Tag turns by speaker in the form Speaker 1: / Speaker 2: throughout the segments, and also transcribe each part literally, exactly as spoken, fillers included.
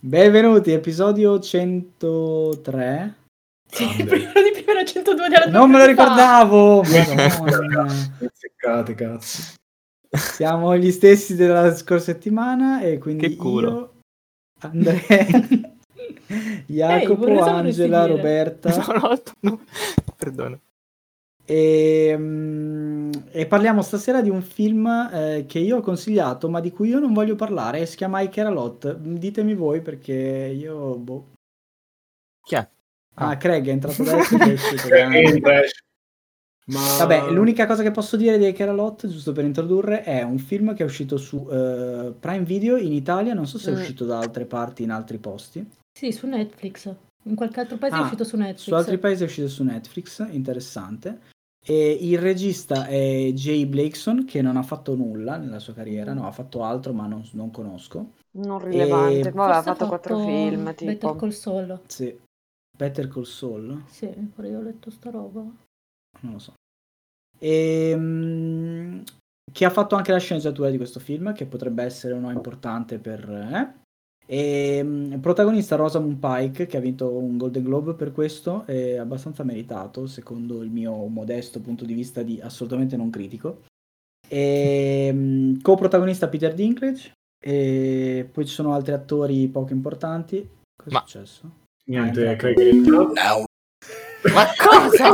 Speaker 1: Benvenuti, episodio centotré.
Speaker 2: Sì, prima di più era centodue della
Speaker 1: Non me lo ricordavo! Madonna.
Speaker 3: Seccate, cazzo.
Speaker 1: Siamo gli stessi della scorsa settimana e quindi
Speaker 4: Che culo.
Speaker 1: io, Andrea, Jacopo,
Speaker 2: Ehi,
Speaker 1: Angela,
Speaker 2: dire.
Speaker 1: Roberta.
Speaker 4: No, no, no. Perdono.
Speaker 1: E, mm, e parliamo stasera di un film eh, che io ho consigliato ma di cui io non voglio parlare, si chiama I Care A Lot. Ditemi voi perché io boh.
Speaker 4: Chi è?
Speaker 1: Ah,
Speaker 4: Ah.
Speaker 1: Craig è entrato adesso ed è uscito da-
Speaker 3: Ma...
Speaker 1: Vabbè, l'unica cosa che posso dire di I Care A Lot, giusto per introdurre, è un film che è uscito su eh, Prime Video in Italia, non so se è
Speaker 2: Mm.
Speaker 1: uscito da altre parti in altri posti.
Speaker 2: Sì, su Netflix. In qualche altro paese
Speaker 1: Ah,
Speaker 2: è uscito su Netflix.
Speaker 1: Su altri paesi è uscito su Netflix, interessante. E il regista è Jay Blakeson, che non ha fatto nulla nella sua carriera, no, ha fatto altro ma non, non conosco.
Speaker 5: Non rilevante,
Speaker 1: E-
Speaker 5: vabbè, ha
Speaker 2: Forse
Speaker 5: fatto quattro film,
Speaker 2: Better
Speaker 5: tipo.
Speaker 2: Call Saul.
Speaker 1: Sì, Better Call Saul,
Speaker 2: Sì, pure io ho letto sta roba.
Speaker 1: non lo so. E, mm, che ha fatto anche la sceneggiatura di questo film, che potrebbe essere uno importante per... Eh? E, mm, protagonista Rosamund Pike, che ha vinto un Golden Globe per questo, è abbastanza meritato, secondo il mio modesto punto di vista di assolutamente non critico. E, mm, co-protagonista Peter Dinklage, e poi ci sono altri attori poco importanti. Cosa
Speaker 4: Ma-
Speaker 1: è successo?
Speaker 3: Niente,
Speaker 1: Ah, è
Speaker 3: Craig è entrato.
Speaker 4: Ma cosa?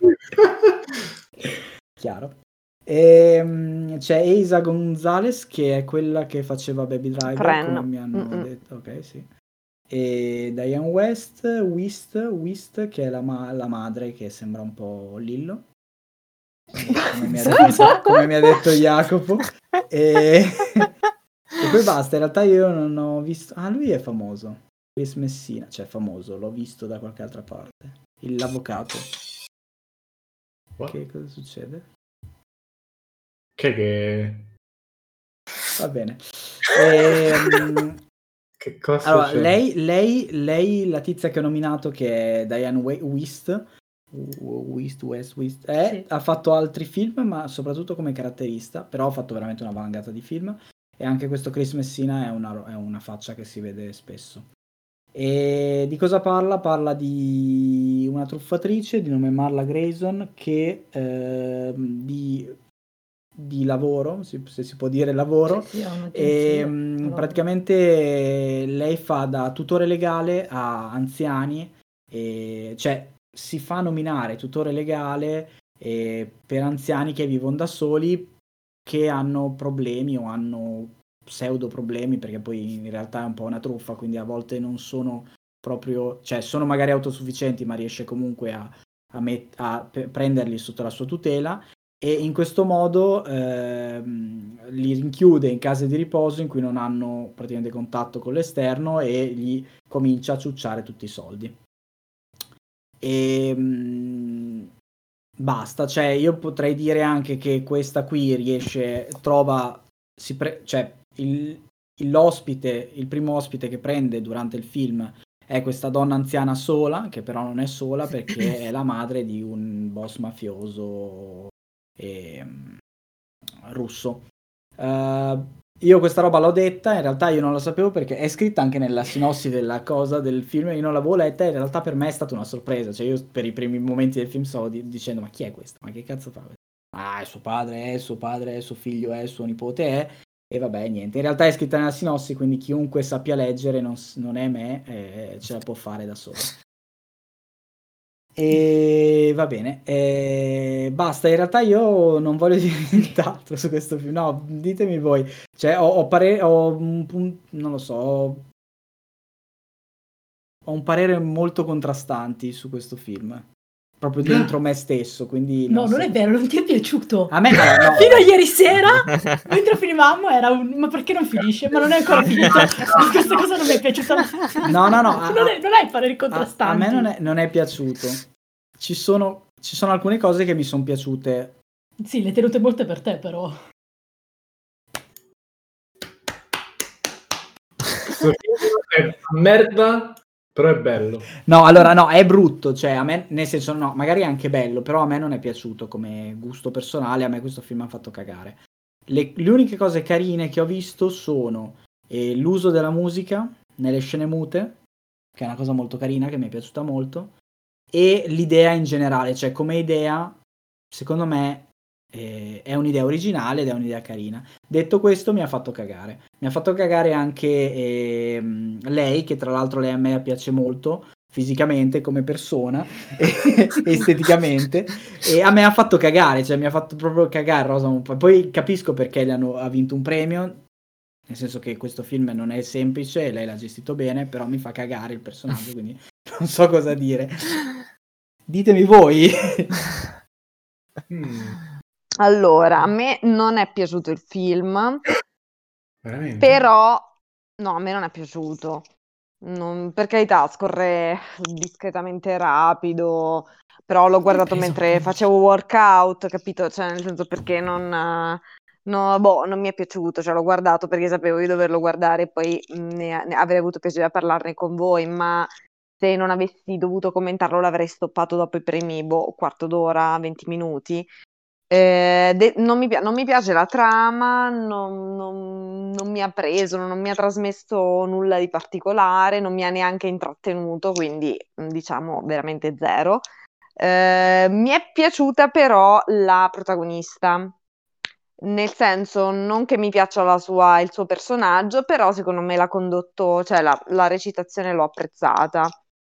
Speaker 1: Chiaro. Ehm, c'è Eiza Gonzalez, che è quella che faceva Baby Driver,
Speaker 5: Fran.
Speaker 1: come mi hanno
Speaker 5: Mm-mm.
Speaker 1: detto. Ok, sì. E Diane West, Wist, Wist, che è la, ma- la madre, che sembra un po' Lillo. Come mi ha detto, come mi ha detto Jacopo. E... e poi basta, in realtà io non ho visto... Ah, lui è famoso. Chris Messina, cioè famoso, l'ho visto da qualche altra parte. Il- L'avvocato.
Speaker 3: What?
Speaker 1: Che cosa succede?
Speaker 3: Che che...
Speaker 1: Va bene. Ehm,
Speaker 3: Che cosa
Speaker 1: allora,
Speaker 3: c'è?
Speaker 1: lei, lei, lei, la tizia che ho nominato, che è Diane We- Wist, Wist, West, Wist, è-
Speaker 2: Sì.
Speaker 1: ha fatto altri film, ma soprattutto come caratterista, però ha fatto veramente una valangata di film. E anche questo Chris Messina è una, è una faccia che si vede spesso. E di cosa parla? Parla di una truffatrice di nome Marla Grayson che ehm, di, di lavoro, si- se si può dire lavoro,
Speaker 2: Sì, sì, è un'agenzia,
Speaker 1: e mm,
Speaker 2: lavoro.
Speaker 1: praticamente eh, lei fa da tutore legale a anziani, e, cioè si fa nominare tutore legale eh, per anziani che vivono da soli, che hanno problemi o hanno pseudo problemi, perché poi in realtà è un po' una truffa, quindi a volte non sono proprio, cioè sono magari autosufficienti, ma riesce comunque a, a, met- a pe- prenderli sotto la sua tutela, e in questo modo ehm, li rinchiude in case di riposo in cui non hanno praticamente contatto con l'esterno e gli comincia a ciucciare tutti i soldi. E mm, basta, cioè io potrei dire anche che questa qui riesce, trova, si pre- cioè il, il- l'ospite, il primo ospite che prende durante il film è questa donna anziana sola, che però non è sola perché è la madre di un boss mafioso ehm, russo. Eh, io questa roba l'ho detta, in realtà io non la sapevo perché è scritta anche nella sinossi della cosa del film, io non l'avevo letta e in realtà per me è stata una sorpresa, cioè io per i primi momenti del film stavo di- dicendo ma chi è questa? Ma che cazzo fa? Ah, è suo padre, è suo padre, è suo figlio, è suo nipote, è... E vabbè, niente, in realtà è scritta nella sinossi, quindi chiunque sappia leggere non, s- non è me, eh, ce la può fare da solo. E va bene, eh, basta. In realtà io non voglio dire nient'altro su questo film. No, ditemi voi. Cioè, ho, ho parere, ho un pun- non lo so, ho, ho un parere molto contrastanti su questo film. Proprio dentro me stesso, quindi
Speaker 2: No, non
Speaker 1: so-
Speaker 2: è vero, non ti è piaciuto.
Speaker 1: A me allora, no.
Speaker 2: Fino a ieri sera, mentre finivamo, era un... Ma perché non finisce? Ma non è ancora finito. Questa cosa non mi è piaciuta.
Speaker 1: No, no, no, a-
Speaker 2: Non, è, non hai pareri
Speaker 1: A,
Speaker 2: contrastanti.
Speaker 1: a me non è, non è piaciuto. Ci sono, ci sono alcune cose che mi sono piaciute.
Speaker 2: Sì, le tenute molte per te, però.
Speaker 3: Questo film è una merda, però è bello.
Speaker 1: No, allora no, è brutto, cioè a me, nel senso no, magari è anche bello, però a me non è piaciuto come gusto personale, a me questo film ha fatto cagare. Le, le uniche cose carine che ho visto sono eh, l'uso della musica, nelle scene mute, che è una cosa molto carina, che mi è piaciuta molto, e l'idea in generale, cioè come idea, secondo me eh, è un'idea originale ed è un'idea carina. Detto questo, mi ha fatto cagare. Mi ha fatto cagare anche ehm, lei, che tra l'altro lei a me piace molto, fisicamente, come persona, e- esteticamente, e a me ha fatto cagare, cioè mi ha fatto proprio cagare Rosamund Pike. Poi capisco perché le hanno, ha vinto un premio, nel senso che questo film non è semplice e lei l'ha gestito bene, però mi fa cagare il personaggio, quindi non so cosa dire. Ditemi voi.
Speaker 3: Mm,
Speaker 5: Allora, a me non è piaciuto il film,
Speaker 3: veramente?
Speaker 5: però no, a me non è piaciuto. Non- per carità, scorre discretamente rapido, però l'ho guardato
Speaker 1: preso
Speaker 5: mentre
Speaker 1: appunti.
Speaker 5: facevo workout, capito? Cioè, nel senso perché non, eh, no, boh, non mi è piaciuto, cioè l'ho guardato perché sapevo di doverlo guardare e poi mh, ne, ne avrei avuto piacere a parlarne con voi, ma se non avessi dovuto commentarlo l'avrei stoppato dopo i primi, boh, quarto d'ora, venti minuti. Eh, de- non mi, pi- non mi piace la trama, non, non- non mi ha preso, non mi ha trasmesso nulla di particolare, non mi ha neanche intrattenuto, quindi mh, diciamo veramente zero. Eh, mi è piaciuta però la protagonista, nel senso non che mi piaccia la sua- il suo personaggio, però secondo me l'ha condotto, cioè la, la recitazione l'ho apprezzata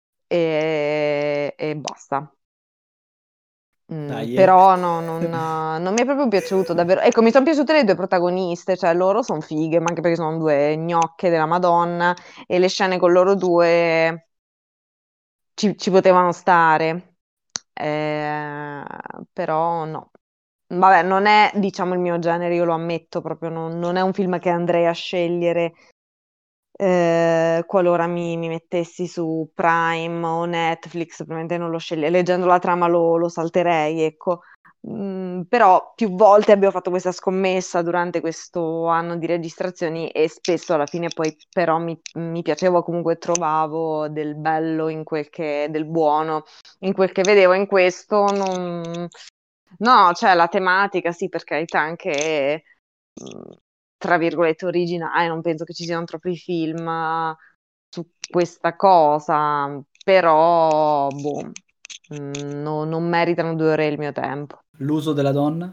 Speaker 5: e, e basta. Mm,
Speaker 1: Dai, eh.
Speaker 5: però no, non, eh, non mi è proprio piaciuto davvero. Ecco, mi sono piaciute le due protagoniste, cioè loro sono fighe, ma anche perché sono due gnocche della Madonna e le scene con loro due ci, ci potevano stare. Eh, però no. Vabbè, non è, diciamo, il mio genere, io lo ammetto, proprio non, non è un film che andrei a scegliere eh, qualora mi, mi mettessi su Prime o Netflix, probabilmente non lo sceglierei. Leggendo la trama lo, lo salterei, ecco. Mm, però più volte abbiamo fatto questa scommessa durante questo anno di registrazioni e spesso alla fine poi però mi, mi piaceva, comunque trovavo del bello in quel che, del buono in quel che vedevo. In questo non... No, cioè la tematica sì, per carità, anche mh, tra virgolette originale, non penso che ci siano troppi film eh, su questa cosa, però boh, mh, no- non meritano due ore il mio tempo.
Speaker 1: L'uso della donna?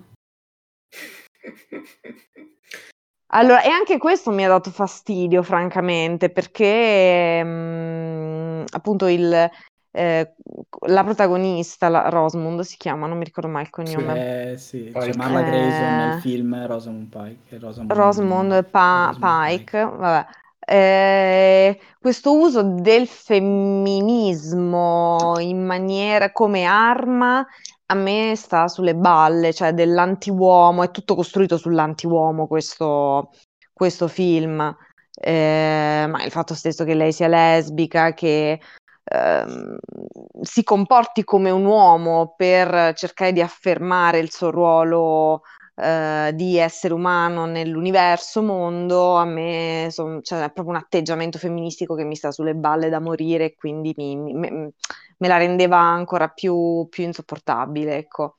Speaker 5: Allora, e anche questo mi ha dato fastidio, francamente, perché mh, appunto il, eh, la protagonista, la Rosamund si chiama, non mi ricordo mai il cognome.
Speaker 1: Eh, sì, c'è
Speaker 3: Pike.
Speaker 1: Marla Grayson nel
Speaker 5: Eh,
Speaker 1: film Rosamund Pike. Rosamund,
Speaker 5: Rosamund Pa-
Speaker 1: Rosamund
Speaker 5: Pike,
Speaker 1: Pike.
Speaker 5: vabbè. Eh, questo uso del femminismo in maniera come arma a me sta sulle balle, cioè dell'antiuomo, è tutto costruito sull'antiuomo questo, questo film. Eh, ma il fatto stesso che lei sia lesbica, che ehm, si comporti come un uomo per cercare di affermare il suo ruolo eh, di essere umano nell'universo mondo, a me son- cioè, è proprio un atteggiamento femministico che mi sta sulle balle da morire e quindi mi- mi- me, me la rendeva ancora più, più insopportabile, ecco.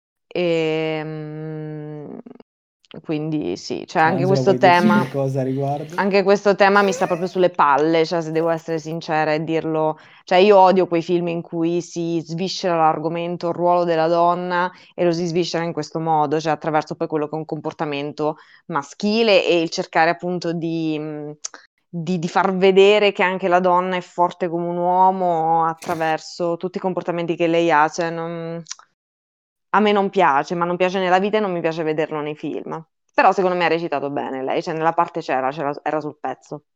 Speaker 5: E, quindi sì, cioè anche
Speaker 1: Angela,
Speaker 5: questo
Speaker 1: vuoi dirci
Speaker 5: tema,
Speaker 1: qualcosa a riguardo?
Speaker 5: anche questo tema mi sta proprio sulle palle, cioè se devo essere sincera e dirlo, cioè io odio quei film in cui si sviscera l'argomento, il ruolo della donna e lo si sviscera in questo modo, cioè attraverso poi quello che è un comportamento maschile e il cercare appunto di, mh, di, di far vedere che anche la donna è forte come un uomo attraverso tutti i comportamenti che lei ha, cioè non- a me non piace, ma non piace nella vita e non mi piace vederlo nei film. Però secondo me ha recitato bene lei, cioè nella parte c'era, c'era- era sul pezzo.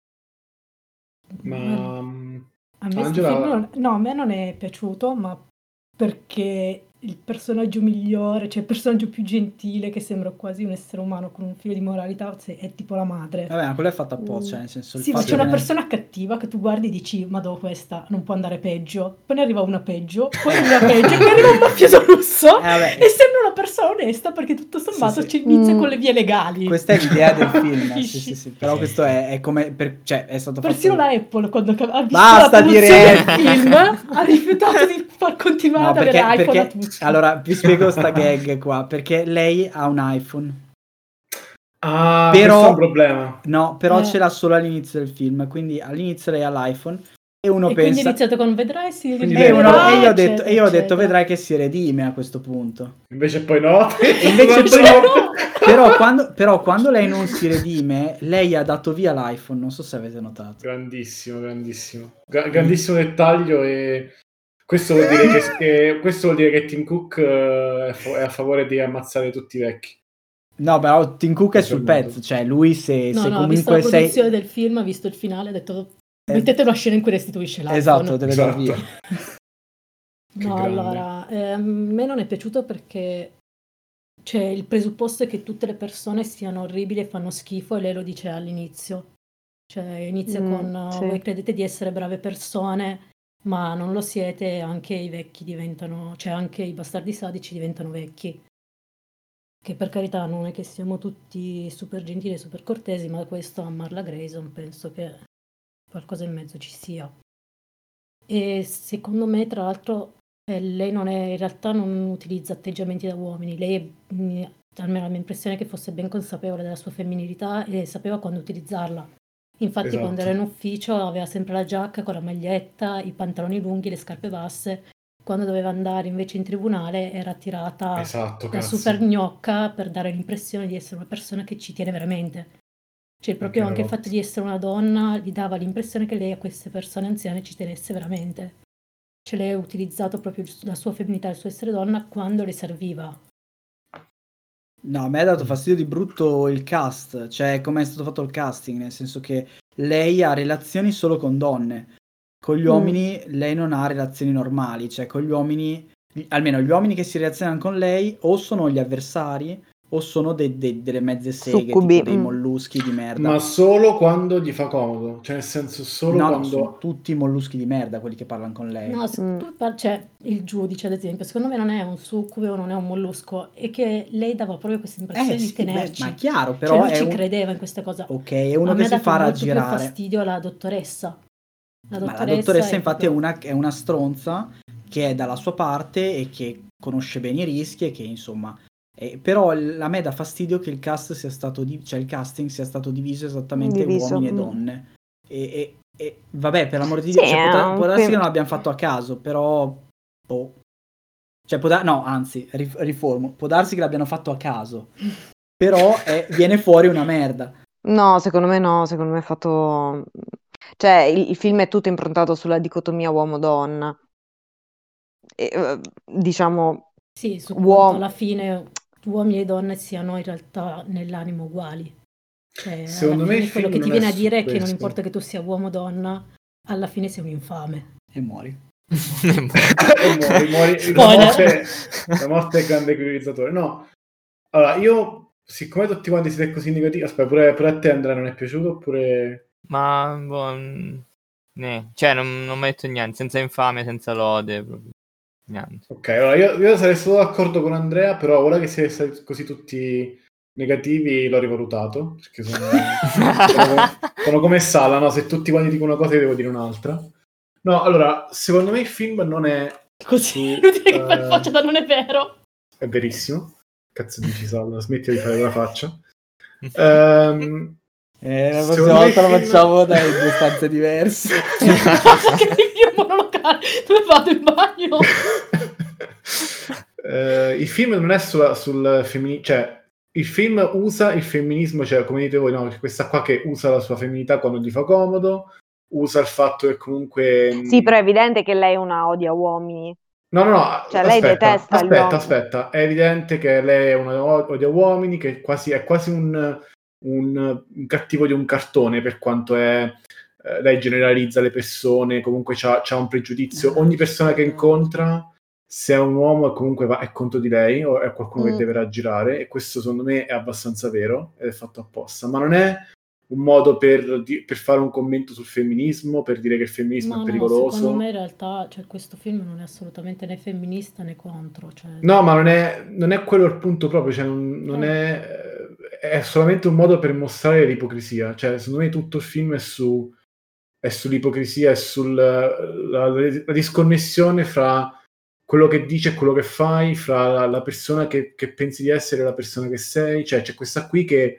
Speaker 3: Ma mm,
Speaker 2: A me sto film
Speaker 3: Angela,
Speaker 2: non, no, a me non è piaciuto, ma perché il personaggio migliore, cioè il personaggio più gentile, che sembra quasi un essere umano con un filo di moralità, se- è tipo la madre.
Speaker 1: Vabbè, ma quello è fatto apposta,
Speaker 2: Mm.
Speaker 1: cioè nel senso il
Speaker 2: Sì, ma
Speaker 1: fatto
Speaker 2: c'è una
Speaker 1: che...
Speaker 2: persona cattiva che tu guardi e dici, madò, questa non può andare peggio. Poi ne arriva una peggio, poi una peggio, poi arriva un mafioso russo
Speaker 1: Eh, vabbè.
Speaker 2: e sembra una persona onesta perché tutto sommato
Speaker 1: Sì, sì.
Speaker 2: ci inizia
Speaker 5: Mm.
Speaker 2: con le vie legali.
Speaker 1: Questa è l'idea del film, sì,
Speaker 2: Capisci?
Speaker 1: sì, sì, però questo è, è come, per- cioè è stato
Speaker 2: Persino
Speaker 1: fatto...
Speaker 2: la Apple, quando ha visto
Speaker 1: Basta
Speaker 2: la produzione
Speaker 1: dire-
Speaker 2: del film, ha rifiutato di far continuare
Speaker 1: No,
Speaker 2: ad avere
Speaker 1: perché,
Speaker 2: iPhone a
Speaker 1: perché
Speaker 2: tutti.
Speaker 1: allora vi spiego sta gag qua, perché lei ha un iPhone
Speaker 3: Ah,
Speaker 1: Però-
Speaker 3: questo è un problema.
Speaker 1: No, però
Speaker 2: Eh.
Speaker 1: ce l'ha solo all'inizio del film, quindi all'inizio lei ha l'iPhone e uno
Speaker 2: E quindi è
Speaker 1: pensa...
Speaker 2: iniziato con vedrai si
Speaker 3: Quindi
Speaker 1: E, uno-
Speaker 2: libererà,
Speaker 1: e io ho detto,
Speaker 2: eccetera,
Speaker 1: e io ho detto
Speaker 2: eccetera.
Speaker 1: vedrai che si redime a questo punto.
Speaker 3: Invece poi no.
Speaker 1: E invece
Speaker 3: Esatto.
Speaker 1: poi no. Però quando, però quando lei non si redime, lei ha dato via l'iPhone, non so se avete notato.
Speaker 3: Grandissimo, grandissimo. Gra- grandissimo dettaglio e questo vuol dire che, che- questo vuol dire che Tim Cook eh, è, fa- è a favore di ammazzare tutti i vecchi.
Speaker 1: No, però Tim Cook è sul
Speaker 3: Confermato.
Speaker 1: pezzo, cioè lui se,
Speaker 2: No,
Speaker 1: se
Speaker 2: no, ha visto la
Speaker 1: comunque
Speaker 2: produzione
Speaker 1: sei...
Speaker 2: del film, ha visto il finale, ha detto
Speaker 1: Eh,
Speaker 2: mettete una scena in cui restituisce l'iPhone.
Speaker 1: Esatto, deve dar
Speaker 3: Esatto.
Speaker 1: via.
Speaker 3: Che
Speaker 2: No,
Speaker 3: grande.
Speaker 2: allora, eh, a me non è piaciuto perché c'è il presupposto è che tutte le persone siano orribili e fanno schifo e lei lo dice all'inizio. Cioè inizia
Speaker 5: Mm,
Speaker 2: con uh,
Speaker 5: sì.
Speaker 2: voi credete di essere brave persone, ma non lo siete e anche i vecchi diventano, cioè anche i bastardi sadici diventano vecchi. Che per carità non è che siamo tutti super gentili e super cortesi, ma questo a Marla Grayson penso che qualcosa in mezzo ci sia. E secondo me, tra l'altro, eh, lei non è, in realtà non utilizza atteggiamenti da uomini, lei, è, mh, almeno la mia impressione è che fosse ben consapevole della sua femminilità e sapeva quando utilizzarla. Infatti
Speaker 3: Esatto.
Speaker 2: quando era in ufficio aveva sempre la giacca con la maglietta, i pantaloni lunghi, le scarpe basse. Quando doveva andare invece in tribunale era tirata
Speaker 3: Esatto,
Speaker 2: da
Speaker 3: cazzo.
Speaker 2: super gnocca per dare l'impressione di essere una persona che ci tiene veramente. Cioè proprio
Speaker 3: Anche
Speaker 2: anche il
Speaker 3: una
Speaker 2: fatto di essere una donna gli dava l'impressione che lei a queste persone anziane ci tenesse veramente. Cioè lei ha utilizzato proprio la sua femminilità, il suo essere donna quando le serviva.
Speaker 1: No, a me ha dato fastidio di brutto il cast, cioè come è stato fatto il casting, nel senso che lei ha relazioni solo con donne, con gli
Speaker 5: Mm.
Speaker 1: uomini lei non ha relazioni normali, cioè con gli uomini, almeno gli uomini che si relazionano con lei o sono gli avversari o sono de- de- delle mezze seghe,
Speaker 5: Succubi,
Speaker 1: tipo dei
Speaker 5: mm.
Speaker 1: molluschi di merda.
Speaker 3: Ma solo quando gli fa comodo, cioè nel senso solo
Speaker 1: No, no,
Speaker 3: quando...
Speaker 1: sono tutti molluschi di merda quelli che parlano con lei.
Speaker 2: No, se
Speaker 5: Mm.
Speaker 2: tu par- cioè, il giudice ad esempio, secondo me non è un succube o non è un mollusco, è che lei dava proprio questa impressione
Speaker 1: Eh
Speaker 2: di
Speaker 1: sì, beh,
Speaker 2: tenerci.
Speaker 1: ma è chiaro,
Speaker 2: Cioè
Speaker 1: però
Speaker 2: lui
Speaker 1: è
Speaker 2: ci
Speaker 1: un...
Speaker 2: credeva in questa cosa.
Speaker 1: Ok, è uno
Speaker 2: A
Speaker 1: che
Speaker 2: me ha
Speaker 1: si
Speaker 2: dato
Speaker 1: fa
Speaker 2: molto più
Speaker 1: raggirare.
Speaker 2: fastidio la dottoressa. La
Speaker 1: Ma
Speaker 2: dottoressa,
Speaker 1: la dottoressa
Speaker 2: è
Speaker 1: infatti è
Speaker 2: proprio-
Speaker 1: una, è una stronza che è dalla sua parte e che conosce bene i rischi e che insomma... eh, però il- a me dà fastidio che il cast sia stato di- cioè il casting sia stato diviso esattamente
Speaker 5: Diviso,
Speaker 1: uomini e
Speaker 5: mm.
Speaker 1: donne. E, e- e vabbè, per l'amore di
Speaker 5: Sì,
Speaker 1: Dio, cioè, potrà,
Speaker 5: è un
Speaker 1: può darsi
Speaker 5: film-
Speaker 1: che non l'abbiamo fatto a caso, però... boh. Cioè, può da- no, anzi, ri- riformo, può darsi che l'abbiano fatto a caso, però è- viene fuori una merda.
Speaker 5: No, secondo me no, secondo me è fatto... Cioè, il, il film è tutto improntato sulla dicotomia uomo-donna. E, eh, diciamo,
Speaker 2: Sì, su
Speaker 5: Uom-
Speaker 2: quanto alla fine uomini e donne siano in realtà nell'animo uguali. Cioè,
Speaker 3: Secondo
Speaker 2: alla
Speaker 3: me
Speaker 2: fine
Speaker 3: il
Speaker 2: quello
Speaker 3: film
Speaker 2: che ti
Speaker 3: non è
Speaker 2: viene a
Speaker 3: su
Speaker 2: dire è che non
Speaker 3: questo.
Speaker 2: importa che tu sia uomo o donna, alla fine sei un infame.
Speaker 1: E muori.
Speaker 3: E muori, muori. La
Speaker 2: Spoiler.
Speaker 3: morte, la morte è il grande equilibrizzatore. No, allora io, siccome tutti quanti siete così negativi, aspetta, pure, pure a te Andrea non è piaciuto oppure...
Speaker 4: Ma boh, mm, ne. Cioè non, non mi ha detto niente, senza infame, senza lode, proprio. Niente.
Speaker 3: Ok, allora io, io sarei stato d'accordo con Andrea, però ora che siete stati così tutti negativi l'ho rivalutato, perché sono, sono, sono come Sala, no? Se tutti quanti dicono una cosa io devo dire un'altra. No, allora, secondo me il film non è...
Speaker 2: Così,
Speaker 3: su,
Speaker 2: inutile che fai
Speaker 3: eh,
Speaker 2: faccia da non è vero.
Speaker 3: È verissimo. Cazzo dici Sala, smetti di fare quella faccia. Ehm,
Speaker 1: Eh, la
Speaker 3: Secondo
Speaker 1: prossima
Speaker 3: me
Speaker 1: volta lo
Speaker 3: il film-
Speaker 1: facciamo da due stanze diverse.
Speaker 2: Che il mio monolocale, dove vado in bagno?
Speaker 3: Eh, il film non è sulla- sul femminismo, cioè il film usa il femminismo, cioè come dite voi, no, questa qua che usa la sua femminilità quando gli fa comodo, usa il fatto che comunque...
Speaker 5: sì, però è evidente che lei è una odia uomini.
Speaker 3: No, no, no,
Speaker 5: Cioè, lei
Speaker 3: aspetta,
Speaker 5: detesta gli
Speaker 3: aspetta,
Speaker 5: uomini.
Speaker 3: aspetta, è evidente che lei è una odia uomini, che quasi, è quasi un, un, un cattivo di un cartone per quanto è... eh, lei generalizza le persone, comunque c'ha, c'ha un pregiudizio, ogni persona che incontra, se è un uomo è comunque va, è contro di lei o è qualcuno
Speaker 5: Mm.
Speaker 3: che deve raggirare, e questo secondo me è abbastanza vero ed è fatto apposta, ma non è un modo per, di- per fare un commento sul femminismo, per dire che il femminismo
Speaker 2: Ma
Speaker 3: è
Speaker 2: no,
Speaker 3: pericoloso.
Speaker 2: secondo me in realtà cioè, questo film non è assolutamente né femminista né contro. Cioè...
Speaker 3: No, ma non è, non è quello il punto proprio, cioè non, non è, è solamente un modo per mostrare l'ipocrisia, cioè secondo me tutto il film è su è sull'ipocrisia, è sulla la, la disconnessione fra quello che dici e quello che fai, fra la, la persona che, che pensi di essere e la persona che sei, cioè c'è questa qui che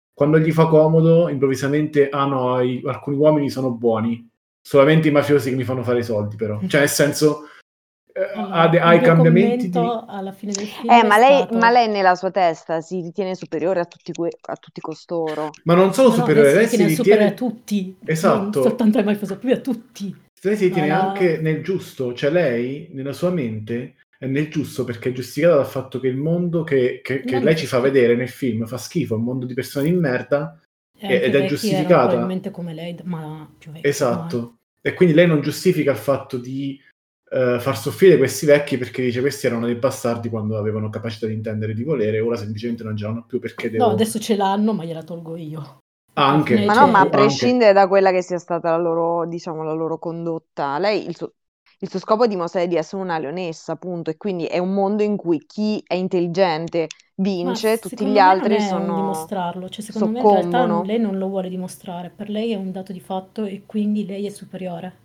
Speaker 3: quando gli fa comodo, improvvisamente, ah no, i- alcuni uomini sono buoni, solamente i mafiosi che mi fanno fare i soldi, però. Cioè, nel senso, eh,
Speaker 2: Allora,
Speaker 3: ha, de- ha
Speaker 2: il
Speaker 3: i
Speaker 2: mio
Speaker 3: cambiamenti di...
Speaker 2: commento alla fine del film
Speaker 5: Eh,
Speaker 2: è
Speaker 5: ma lei,
Speaker 2: stato...
Speaker 5: ma lei nella sua testa si ritiene superiore a tutti, que- a tutti costoro.
Speaker 3: Ma non solo
Speaker 2: No, no, lei
Speaker 3: superiore,
Speaker 2: si
Speaker 3: lei si
Speaker 2: ritiene superiore a
Speaker 3: ritiene...
Speaker 2: tutti, non
Speaker 3: Esatto,
Speaker 2: soltanto ai mafiosi, proprio a tutti.
Speaker 3: lei si ritiene
Speaker 2: La-
Speaker 3: anche nel giusto, cioè lei, nella sua mente, è nel giusto perché è giustificata dal fatto che il mondo che, che- che
Speaker 2: Non
Speaker 3: lei
Speaker 2: è
Speaker 3: ci fa
Speaker 2: giusti-
Speaker 3: vedere nel film fa schifo, è un mondo di persone di merda,
Speaker 2: E
Speaker 3: e-
Speaker 2: anche
Speaker 3: ed è
Speaker 2: vecchi erano
Speaker 3: giustificata.
Speaker 2: probabilmente come lei, ma più vecchi ormai.
Speaker 3: Esatto. E quindi lei non giustifica il fatto di eh, far soffrire questi vecchi perché dice questi erano dei bastardi quando avevano capacità di intendere e di volere, ora semplicemente non ce l'hanno più perché devo...
Speaker 2: No, adesso ce l'hanno, ma gliela tolgo io.
Speaker 3: Ah,
Speaker 2: Perché alla
Speaker 3: anche,
Speaker 5: Ma
Speaker 2: fine
Speaker 5: no, ma
Speaker 2: c'è-
Speaker 5: a
Speaker 3: anche.
Speaker 5: prescindere da quella che sia stata la loro, diciamo, la loro condotta, lei il suo, il suo scopo è dimostrare di essere una leonessa, appunto, e quindi è un mondo in cui chi è intelligente
Speaker 2: Ma
Speaker 5: vince, tutti
Speaker 2: secondo
Speaker 5: gli
Speaker 2: me non
Speaker 5: altri
Speaker 2: è un
Speaker 5: sono
Speaker 2: dimostrarlo, cioè secondo me in realtà
Speaker 5: soccombono.
Speaker 2: lei non lo vuole dimostrare, per lei è un dato di fatto e quindi lei è superiore.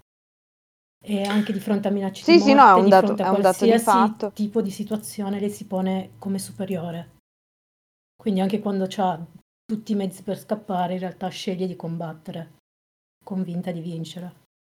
Speaker 2: E anche di fronte a minacce
Speaker 5: Sì,
Speaker 2: di
Speaker 5: sì, no, è
Speaker 2: morte,
Speaker 5: un
Speaker 2: di
Speaker 5: dato,
Speaker 2: fronte a
Speaker 5: è un dato di
Speaker 2: qualsiasi
Speaker 5: fatto.
Speaker 2: tipo di situazione, lei si pone come superiore. Quindi anche quando ha tutti i mezzi per scappare, in realtà sceglie di combattere, convinta di vincere.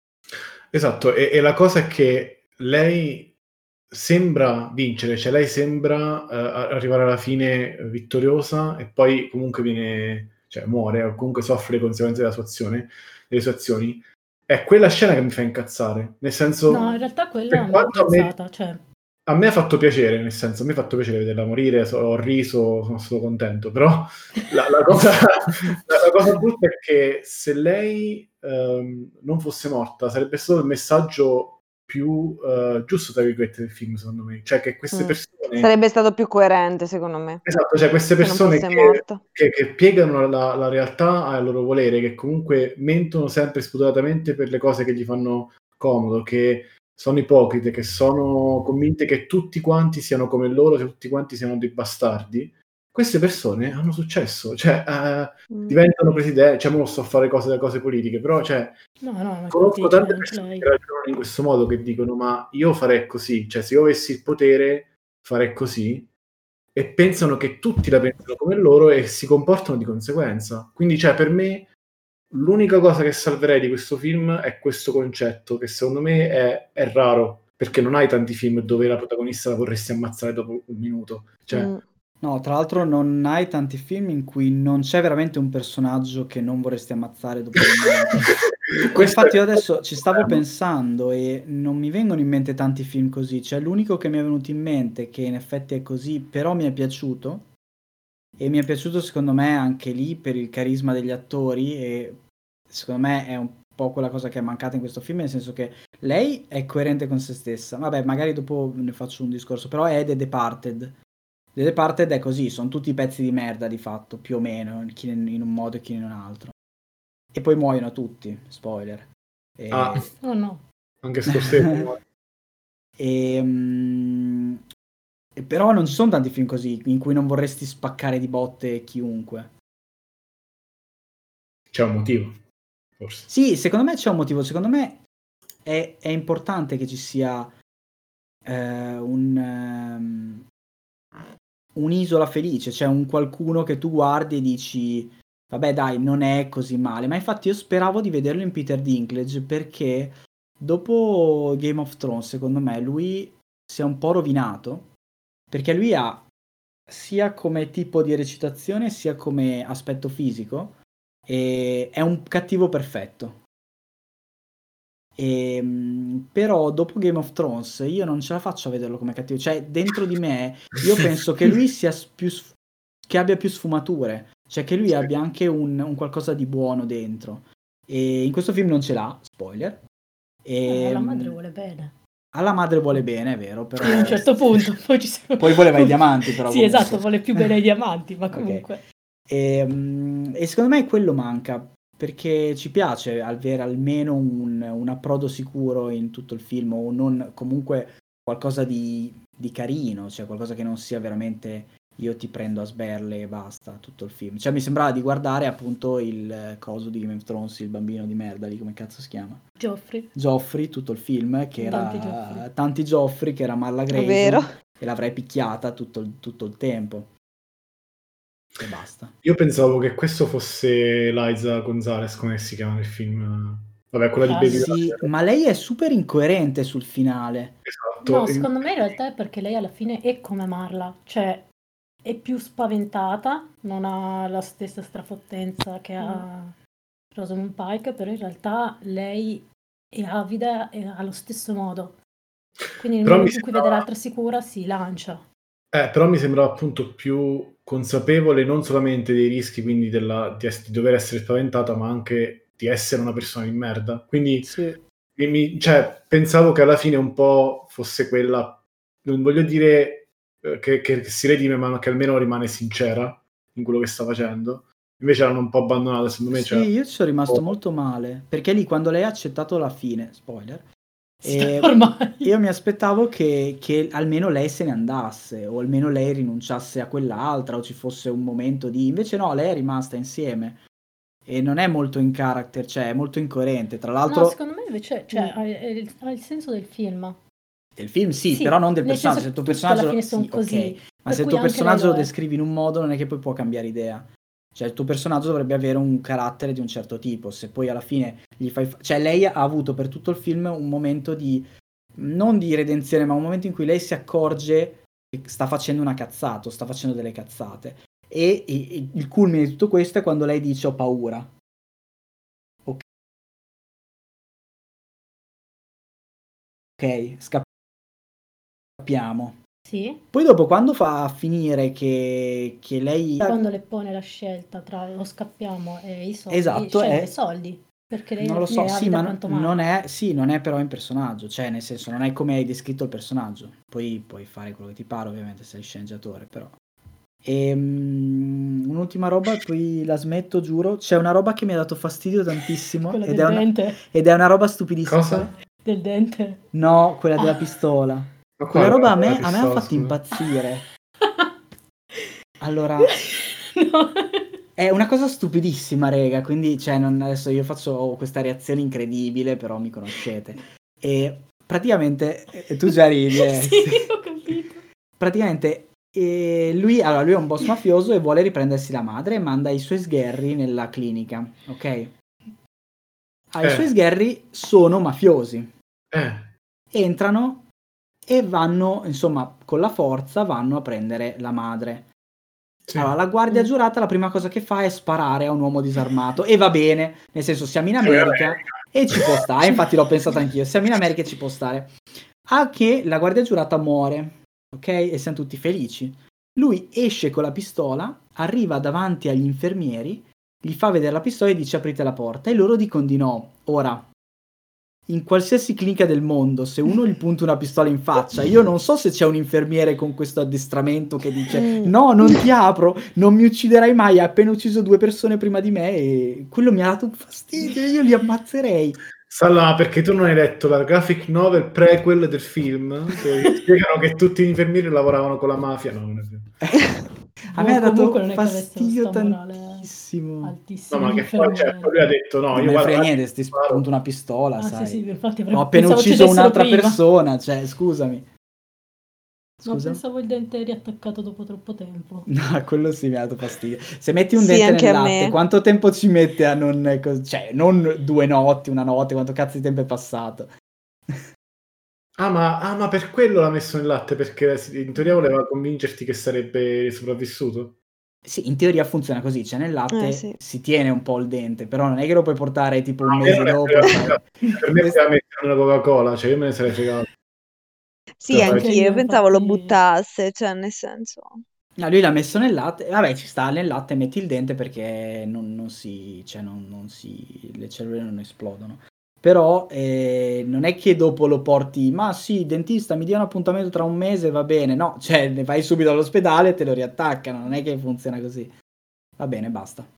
Speaker 3: Esatto, e, e la cosa è che lei sembra vincere, cioè lei sembra eh, a- arrivare alla fine vittoriosa e poi comunque viene, cioè muore o comunque soffre le conseguenze della sua azione, delle sue azioni. È quella scena che mi fa incazzare, nel senso,
Speaker 2: No, in realtà quella
Speaker 3: per
Speaker 2: mi ha
Speaker 3: quanto a me,
Speaker 2: apprezzata, cioè...
Speaker 3: a me ha fatto piacere, nel senso, a me ha fatto piacere vederla morire, so- ho riso, sono stato contento, però la, la cosa, la, la cosa brutta è che se lei ehm, non fosse morta sarebbe stato il messaggio più eh, giusto, tra virgolette, del film, secondo me. Cioè che queste
Speaker 5: Mm.
Speaker 3: persone...
Speaker 5: Sarebbe stato più coerente, secondo me,
Speaker 3: Esatto, cioè queste
Speaker 5: se non
Speaker 3: persone
Speaker 5: fosse
Speaker 3: che,
Speaker 5: morta.
Speaker 3: che- che piegano la, la realtà al loro volere, che comunque mentono sempre spudoratamente per le cose che gli fanno comodo, che sono ipocrite, che sono convinte che tutti quanti siano come loro, che tutti quanti siano dei bastardi, queste persone hanno successo, cioè eh,
Speaker 5: Mm.
Speaker 3: diventano presidenti, cioè mo non sto a fare cose da cose politiche, però cioè,
Speaker 2: No, no, ma
Speaker 3: conosco
Speaker 2: infatti
Speaker 3: tante
Speaker 2: anche
Speaker 3: persone
Speaker 2: lei.
Speaker 3: che ragionano in questo modo, che dicono ma io farei così, cioè se io avessi il potere farei così, e pensano che tutti la pensano come loro e si comportano di conseguenza. Quindi, cioè, per me, l'unica cosa che salverei di questo film è questo concetto, che secondo me è, è raro, perché non hai tanti film dove la protagonista la vorresti ammazzare dopo un minuto. Cioè,
Speaker 5: Mm.
Speaker 1: No, tra l'altro non hai tanti film in cui non c'è veramente un personaggio che non vorresti ammazzare dopo un minuto. E
Speaker 3: questo
Speaker 1: infatti
Speaker 3: è
Speaker 1: io adesso ci stavo
Speaker 3: problema.
Speaker 1: pensando e non mi vengono in mente tanti film così, cioè l'unico che mi è venuto in mente che in effetti è così, però mi è piaciuto, e mi è piaciuto secondo me anche lì per il carisma degli attori, e secondo me è un po' quella cosa che è mancata in questo film, nel senso che lei è coerente con se stessa, vabbè magari dopo ne faccio un discorso, però è The Departed. The Departed è così, sono tutti pezzi di merda di fatto, più o meno, chi in in un modo e chi in un altro. E poi muoiono tutti, spoiler. E...
Speaker 3: Ah,
Speaker 2: Oh no.
Speaker 3: anche Scorsese.
Speaker 1: e, mm, e però non ci sono tanti film così in cui non vorresti spaccare di botte chiunque.
Speaker 3: C'è un motivo, forse.
Speaker 1: Sì, secondo me c'è un motivo, secondo me è, è importante che ci sia eh, un, ehm, un'isola felice, cioè un qualcuno che tu guardi e dici vabbè dai, non è così male, ma infatti io speravo di vederlo in Peter Dinklage perché dopo Game of Thrones secondo me lui si è un po' rovinato, perché lui ha sia come tipo di recitazione sia come aspetto fisico e è un cattivo perfetto. E, però dopo Game of Thrones io non ce la faccio a vederlo come cattivo, cioè dentro di me io penso che lui sia più che abbia più sfumature, cioè che lui
Speaker 3: Sì.
Speaker 1: abbia anche un, un qualcosa di buono dentro, e in questo film non ce l'ha, spoiler. E,
Speaker 2: Eh, la madre vuole bene.
Speaker 1: alla madre vuole bene, è vero, però
Speaker 2: Fino a un certo punto. Poi, ci siamo...
Speaker 1: poi voleva i diamanti, però
Speaker 2: Sì,
Speaker 1: comunque.
Speaker 2: esatto, vuole più bene i diamanti, ma
Speaker 1: Okay.
Speaker 2: comunque.
Speaker 1: E, mm, e secondo me quello manca, perché ci piace avere almeno un, un approdo sicuro in tutto il film, o non comunque qualcosa di, di carino, cioè qualcosa che non sia veramente io ti prendo a sberle e basta tutto il film. Cioè mi sembrava di guardare appunto il coso di Game of Thrones, il bambino di merda lì, come cazzo si chiama?
Speaker 2: Joffrey.
Speaker 1: Joffrey, tutto il film, che era
Speaker 2: Tanti Joffrey.
Speaker 1: tanti Joffrey, che era Malla
Speaker 5: È vero.
Speaker 1: Grayson, e l'avrei picchiata tutto il, tutto il tempo. e basta.
Speaker 3: Io pensavo che questo fosse Liza Gonzalez, come si chiama nel film? Vabbè, quella di
Speaker 2: Ah,
Speaker 3: Baby
Speaker 1: Sì,
Speaker 3: Driver.
Speaker 1: ma lei è super incoerente sul finale.
Speaker 3: Esatto.
Speaker 2: No,
Speaker 3: In-
Speaker 2: secondo me in realtà è perché lei alla fine è come Marla, cioè è più spaventata, non ha la stessa strafottenza che ha Rosamund Pike, però in realtà lei è avida e ha lo stesso modo. Quindi nel
Speaker 3: Però mi
Speaker 2: momento in cui vede
Speaker 3: sembrava,
Speaker 2: l'altra sicura si lancia.
Speaker 3: eh, però mi sembrava appunto più consapevole non solamente dei rischi, quindi della- di, ess- di dover essere spaventata, ma anche di essere una persona di merda. Quindi
Speaker 1: Sì.
Speaker 3: mi- mi- cioè, pensavo che alla fine un po' fosse quella, non voglio dire eh, che, che si redime, ma che almeno rimane sincera in quello che sta facendo. Invece l'hanno un po' abbandonata, secondo me.
Speaker 1: Sì,
Speaker 3: Cioè,
Speaker 1: io ci sono rimasto
Speaker 3: oh,
Speaker 1: molto male, perché lì quando lei ha accettato la fine, spoiler, e
Speaker 2: Ormai.
Speaker 1: io mi aspettavo che, che almeno lei se ne andasse, o almeno lei rinunciasse a quell'altra, o ci fosse un momento di... Invece no, lei è rimasta insieme, e non è molto in character, cioè è molto incoerente. Tra
Speaker 2: No,
Speaker 1: l'altro,
Speaker 2: secondo me invece cioè, ha, è il, ha il senso del film.
Speaker 1: del film sì,
Speaker 2: Sì,
Speaker 1: però non del
Speaker 2: nel
Speaker 1: personaggio.
Speaker 2: senso
Speaker 1: Se il tuo
Speaker 2: che tutti alla
Speaker 1: personaggio...
Speaker 2: fine
Speaker 1: Sì,
Speaker 2: sono
Speaker 1: ok,
Speaker 2: così.
Speaker 1: ma
Speaker 2: Per
Speaker 1: se il
Speaker 2: cui
Speaker 1: tuo
Speaker 2: anche
Speaker 1: personaggio
Speaker 2: lei
Speaker 1: lo
Speaker 2: lo è.
Speaker 1: descrivi in un modo non è che poi può cambiare idea. Cioè il tuo personaggio dovrebbe avere un carattere di un certo tipo, se poi alla fine gli fai... fa- Cioè lei ha avuto per tutto il film un momento di... non di redenzione, ma un momento in cui lei si accorge che sta facendo una cazzata, o sta facendo delle cazzate. E, e- e il culmine di tutto questo è quando lei dice ho paura. Ok, ok, scappiamo.
Speaker 2: Sì,
Speaker 1: Poi dopo quando fa finire che, che lei...
Speaker 2: quando le pone la scelta tra lo scappiamo e i soldi,
Speaker 1: Esatto,
Speaker 2: sceglie
Speaker 1: è...
Speaker 2: i soldi, perché lei
Speaker 1: Non
Speaker 2: alla
Speaker 1: lo
Speaker 2: fine
Speaker 1: so,
Speaker 2: è
Speaker 1: sì,
Speaker 2: avida
Speaker 1: ma
Speaker 2: quanto
Speaker 1: non
Speaker 2: Marla.
Speaker 1: è, sì, non è però in personaggio, cioè nel senso non è come hai descritto il personaggio, poi puoi fare quello che ti pare ovviamente, sei sceneggiatore, però. E, um, un'ultima roba, poi la smetto, giuro, c'è una roba che mi ha dato fastidio tantissimo
Speaker 2: Quella
Speaker 1: ed
Speaker 2: del
Speaker 1: è, una,
Speaker 2: dente.
Speaker 1: ed è una roba stupidissima.
Speaker 3: cosa?
Speaker 2: Del dente.
Speaker 1: No, quella della
Speaker 2: Ah.
Speaker 1: pistola.
Speaker 3: Ma
Speaker 1: Quella
Speaker 3: quale
Speaker 1: roba a
Speaker 3: la
Speaker 1: me, a me ha
Speaker 3: pistola,
Speaker 1: fatto
Speaker 3: scusa?
Speaker 1: impazzire. Allora,
Speaker 2: No.
Speaker 1: è una cosa stupidissima, rega, quindi cioè, non, adesso io faccio ho questa reazione incredibile, però mi conoscete. E praticamente, eh, tu già ridi, eh,
Speaker 2: Sì,
Speaker 1: sì.
Speaker 2: ho capito.
Speaker 1: Praticamente eh, lui, allora, lui è un boss mafioso e vuole riprendersi la madre e manda i suoi sgherri nella clinica, ok? Ah, i suoi
Speaker 3: Eh,
Speaker 1: sgherri sono mafiosi,
Speaker 3: eh,
Speaker 1: entrano e vanno, insomma, con la forza vanno a prendere la madre.
Speaker 3: sì.
Speaker 1: Allora, la guardia
Speaker 2: Mm.
Speaker 1: giurata la prima cosa che fa è sparare a un uomo disarmato e va bene, nel senso siamo in
Speaker 3: Siamo in
Speaker 1: America
Speaker 3: America.
Speaker 1: e ci può stare, infatti l'ho pensato anch'io, siamo in America e ci può stare. A che la guardia giurata muore, ok? E siamo tutti felici. Lui esce con la pistola, arriva davanti agli infermieri, gli fa vedere la pistola e dice aprite la porta e loro dicono di no. Ora, in qualsiasi clinica del mondo, se uno gli punta una pistola in faccia, io non so se c'è un infermiere con questo addestramento che dice
Speaker 5: Mm.
Speaker 1: no, non ti apro, non mi ucciderai mai, hai appena ucciso due persone prima di me e quello mi ha dato un fastidio, io li ammazzerei.
Speaker 3: Salla, perché tu non hai letto la graphic novel prequel del film? Dove spiegano che tutti gli infermieri lavoravano con la mafia. No, non è vero.
Speaker 1: A me ha
Speaker 2: Boh,
Speaker 1: dato
Speaker 2: comunque non è che avessero
Speaker 1: fastidio
Speaker 2: sta morale
Speaker 1: tantissimo.
Speaker 3: No,
Speaker 2: altissima
Speaker 3: ma che poi, cioè,
Speaker 2: infermieri.
Speaker 3: poi lui ha detto no,
Speaker 1: Non
Speaker 3: io
Speaker 1: me ne
Speaker 3: guarda,
Speaker 1: frega
Speaker 3: guarda,
Speaker 1: niente, sti
Speaker 3: sparo.
Speaker 1: spunto una pistola,
Speaker 2: Ah,
Speaker 1: sai.
Speaker 2: sì, sì, infatti
Speaker 1: Ho
Speaker 2: avrei-
Speaker 1: appena
Speaker 2: pensavo
Speaker 1: ucciso
Speaker 2: uccidessero
Speaker 1: un'altra
Speaker 2: prima.
Speaker 1: persona, cioè, scusami.
Speaker 2: No,
Speaker 1: Scusa?
Speaker 2: pensavo il dente riattaccato dopo troppo tempo.
Speaker 1: No, quello sì mi ha dato fastidio. Se metti un
Speaker 5: Sì,
Speaker 1: dente
Speaker 5: anche
Speaker 1: nel
Speaker 5: a
Speaker 1: latte,
Speaker 5: me.
Speaker 1: quanto tempo ci mette a non... cos- Cioè, non due notti, una notte, quanto cazzo di tempo è passato?
Speaker 3: Ah ma, ah, ma per quello l'ha messo nel latte, perché in teoria voleva convincerti che sarebbe sopravvissuto.
Speaker 1: Sì, in teoria funziona così, cioè nel latte
Speaker 5: Eh, sì.
Speaker 1: si tiene un po' il dente, però non è che lo puoi portare tipo un
Speaker 3: No, a me
Speaker 1: mese
Speaker 3: non è
Speaker 1: dopo,
Speaker 3: fregato,
Speaker 1: sai.
Speaker 3: per me
Speaker 1: Questo-
Speaker 3: poteva mettere una Coca-Cola, cioè io me ne sarei fregato.
Speaker 5: Sì,
Speaker 3: Cioè,
Speaker 2: Anche
Speaker 5: anch'io.
Speaker 2: io,
Speaker 5: Pensavo lo
Speaker 2: infatti.
Speaker 5: buttasse, cioè nel senso...
Speaker 1: No, lui l'ha messo nel latte, vabbè ci sta nel latte, metti il dente perché non, non si, cioè non, non si, le cellule non esplodono. Però eh, non è che dopo lo porti, ma sì, dentista mi dia un appuntamento tra un mese, va bene, no, cioè ne vai subito all'ospedale e te lo riattaccano, non è che funziona così. Va bene, basta.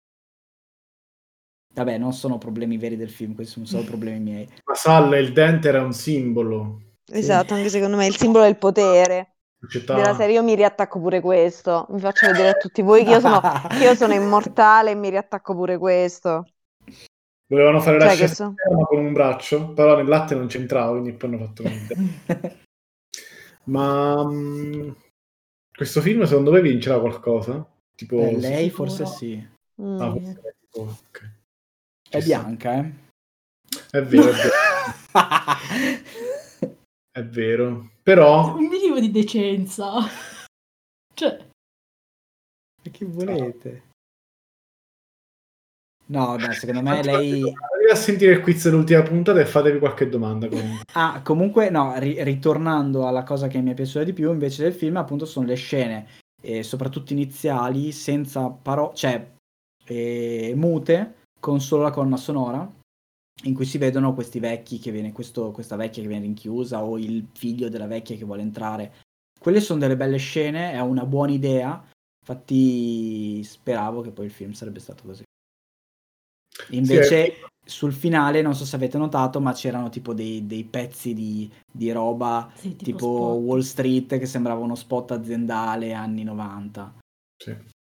Speaker 1: Vabbè, non sono problemi veri del film, questi sono solo problemi miei.
Speaker 3: Ma Sal, il dente era un simbolo.
Speaker 1: Sì.
Speaker 5: Esatto, anche secondo me è il simbolo del potere.
Speaker 3: Società.
Speaker 5: Della serie io mi riattacco pure questo. Mi faccio vedere a tutti voi che io sono, che io sono immortale e mi riattacco pure questo.
Speaker 3: Volevano fare la
Speaker 5: Cioè, che
Speaker 3: scena
Speaker 5: so.
Speaker 3: ma con un braccio, però nel latte non c'entrava, quindi poi hanno fatto niente. Ma mh, questo film secondo me vincerà qualcosa? Tipo...
Speaker 1: Eh, lei
Speaker 2: sicuro.
Speaker 1: forse sì.
Speaker 5: Mm.
Speaker 3: Ah,
Speaker 2: Sì.
Speaker 3: forse è tipo... ok.
Speaker 1: È
Speaker 3: Ci sta.
Speaker 1: bianca, eh.
Speaker 3: È vero, è vero. È vero. Però...
Speaker 2: Un minimo di decenza. Cioè,
Speaker 1: Che volete? No, no, secondo me
Speaker 3: Fatti
Speaker 1: lei...
Speaker 3: qualche domanda. Andate a sentire il quiz dell'ultima puntata e fatevi qualche domanda comunque.
Speaker 1: Ah, comunque, no, ri- ritornando alla cosa che mi è piaciuta di più invece del film, appunto, sono le scene, eh, soprattutto iniziali, senza parole, cioè, eh, mute, con solo la colonna sonora, in cui si vedono questi vecchi che viene, questo, questa vecchia che viene rinchiusa o il figlio della vecchia che vuole entrare. Quelle sono delle belle scene, è una buona idea, infatti speravo che poi il film sarebbe stato così. Invece
Speaker 3: Sì,
Speaker 1: sul finale, non so se avete notato, ma c'erano tipo dei, dei pezzi di, di roba
Speaker 2: sì, tipo,
Speaker 1: tipo
Speaker 2: spot.
Speaker 1: Wall Street che sembrava uno spot aziendale anni novanta.
Speaker 3: sì.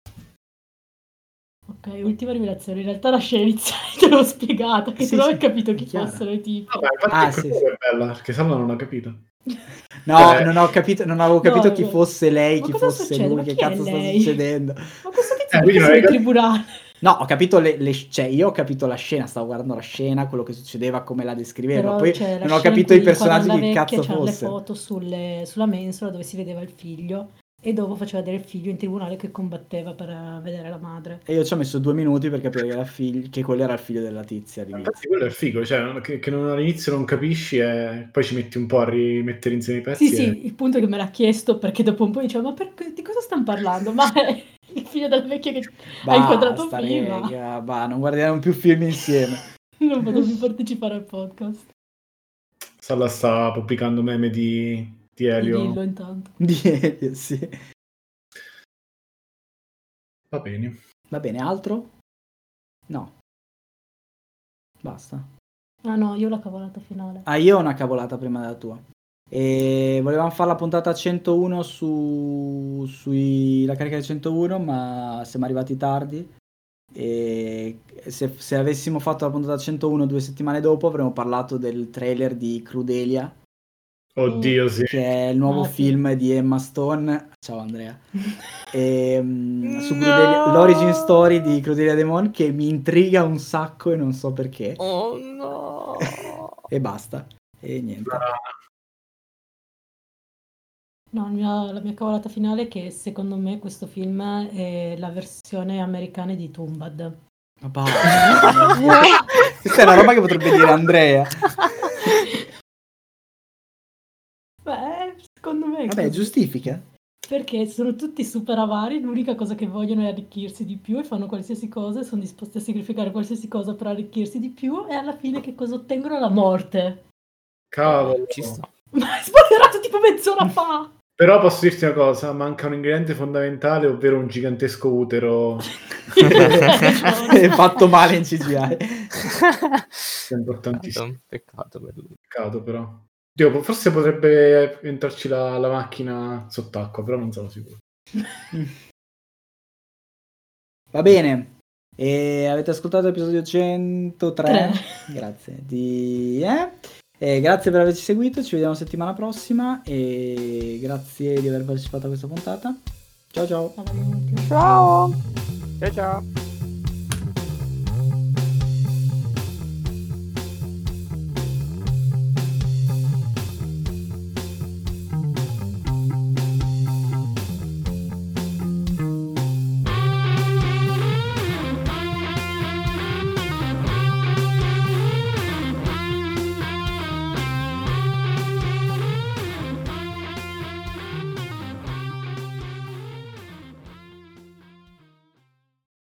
Speaker 2: Ok, ultima rivelazione. In realtà la scena iniziale te l'ho spiegata, che
Speaker 1: Sì,
Speaker 2: tu non
Speaker 1: sì,
Speaker 2: hai capito
Speaker 1: è
Speaker 2: chi
Speaker 1: chiaro.
Speaker 2: fossero i tipi.
Speaker 3: Vabbè, infatti
Speaker 1: Ah,
Speaker 3: è
Speaker 1: sì,
Speaker 3: quella
Speaker 1: sì.
Speaker 3: che è bella, perché Salma non ha capito.
Speaker 1: No,
Speaker 3: Cioè-
Speaker 1: non ho capito, non avevo
Speaker 2: No,
Speaker 1: capito
Speaker 2: no,
Speaker 1: chi
Speaker 2: no.
Speaker 1: fosse lei,
Speaker 2: Ma
Speaker 1: chi
Speaker 2: cosa
Speaker 1: fosse
Speaker 2: succede?
Speaker 1: lui,
Speaker 2: Ma
Speaker 1: che
Speaker 2: chi è
Speaker 1: cazzo sta
Speaker 2: lei?
Speaker 1: succedendo.
Speaker 2: Ma questo tizio
Speaker 3: Eh,
Speaker 2: perché
Speaker 3: quindi non
Speaker 2: sono
Speaker 3: hai
Speaker 2: in
Speaker 3: cap-
Speaker 2: tribunale?
Speaker 1: No, ho capito le, le- cioè io ho capito la scena, stavo guardando la scena, quello che succedeva, come la descriveva,
Speaker 2: Però
Speaker 1: poi
Speaker 2: c'è la
Speaker 1: non ho
Speaker 2: scena in
Speaker 1: capito i
Speaker 2: cui
Speaker 1: personaggi
Speaker 2: inquadrano
Speaker 1: che
Speaker 2: la vecchia,
Speaker 1: cazzo
Speaker 2: c'erano le
Speaker 1: fossero.
Speaker 2: foto sulle- sulla mensola dove si vedeva il figlio e dopo faceva vedere il figlio in tribunale che combatteva per eh, vedere la madre.
Speaker 1: E io ci ho messo due minuti per capire che, era figli- che quello era il figlio della tizia all'inizio.
Speaker 3: Infatti quello è figo, cioè che, che non, all'inizio non capisci e poi ci metti un po' a rimettere insieme i pezzi.
Speaker 2: Sì,
Speaker 3: e...
Speaker 2: sì, il punto è che me l'ha chiesto perché dopo un po' diceva ma per- di cosa stanno parlando? Ma è il figlio della vecchia che ha inquadrato
Speaker 1: Basta,
Speaker 2: prima.
Speaker 1: rega, bah, non guardiamo più film insieme.
Speaker 2: Non potevo più partecipare al podcast.
Speaker 3: Salla sta pubblicando meme di, di
Speaker 2: Di
Speaker 3: Elio.
Speaker 2: Lillo intanto.
Speaker 1: Di Elio, sì.
Speaker 3: Va bene.
Speaker 1: Va bene, altro? No. Basta.
Speaker 2: Ah no, io ho la cavolata finale.
Speaker 1: Ah, io ho una cavolata prima della tua. E volevamo fare la puntata centouno su sui la carica del centouno, ma siamo arrivati tardi. E se, se avessimo fatto la puntata centouno due settimane dopo, avremmo parlato del trailer di Crudelia,
Speaker 3: Oddio, sì.
Speaker 1: che è il nuovo
Speaker 2: Ah, sì.
Speaker 1: film di Emma Stone. Ciao Andrea. E, mm, su
Speaker 4: No!
Speaker 1: Crudelia, l'origin story di Crudelia Demon, che mi intriga un sacco e non so perché.
Speaker 4: Oh no!
Speaker 1: E basta. E niente.
Speaker 2: No, il mio- la mia cavolata finale è che secondo me questo film è la versione americana di Tumbad.
Speaker 1: Ma basta. Questa è una roba che potrebbe dire Andrea.
Speaker 2: Beh, secondo me è
Speaker 1: Vabbè,
Speaker 2: così.
Speaker 1: giustifica.
Speaker 2: Perché sono tutti super avari, l'unica cosa che vogliono è arricchirsi di più e fanno qualsiasi cosa e sono disposti a sacrificare qualsiasi cosa per arricchirsi di più e alla fine che cosa ottengono? La morte.
Speaker 3: Cavolo.
Speaker 4: Ci sta.
Speaker 2: Ma è spoilerato tipo mezz'ora fa!
Speaker 3: Però posso dirti una cosa, manca un ingrediente fondamentale, ovvero un gigantesco utero.
Speaker 1: È fatto male in C G I.
Speaker 3: È importantissimo.
Speaker 4: Un peccato per lui.
Speaker 3: Peccato però. Dio, forse potrebbe entrarci la, la macchina sott'acqua, però non sono sicuro.
Speaker 1: Va bene. E avete ascoltato l'episodio centotré?
Speaker 2: Tre.
Speaker 1: Grazie. Di... Eh? E grazie per averci seguito. Ci vediamo settimana prossima. E grazie di aver partecipato a questa puntata. Ciao ciao.
Speaker 2: Alla ultima.
Speaker 5: Ciao!
Speaker 4: Ciao ciao!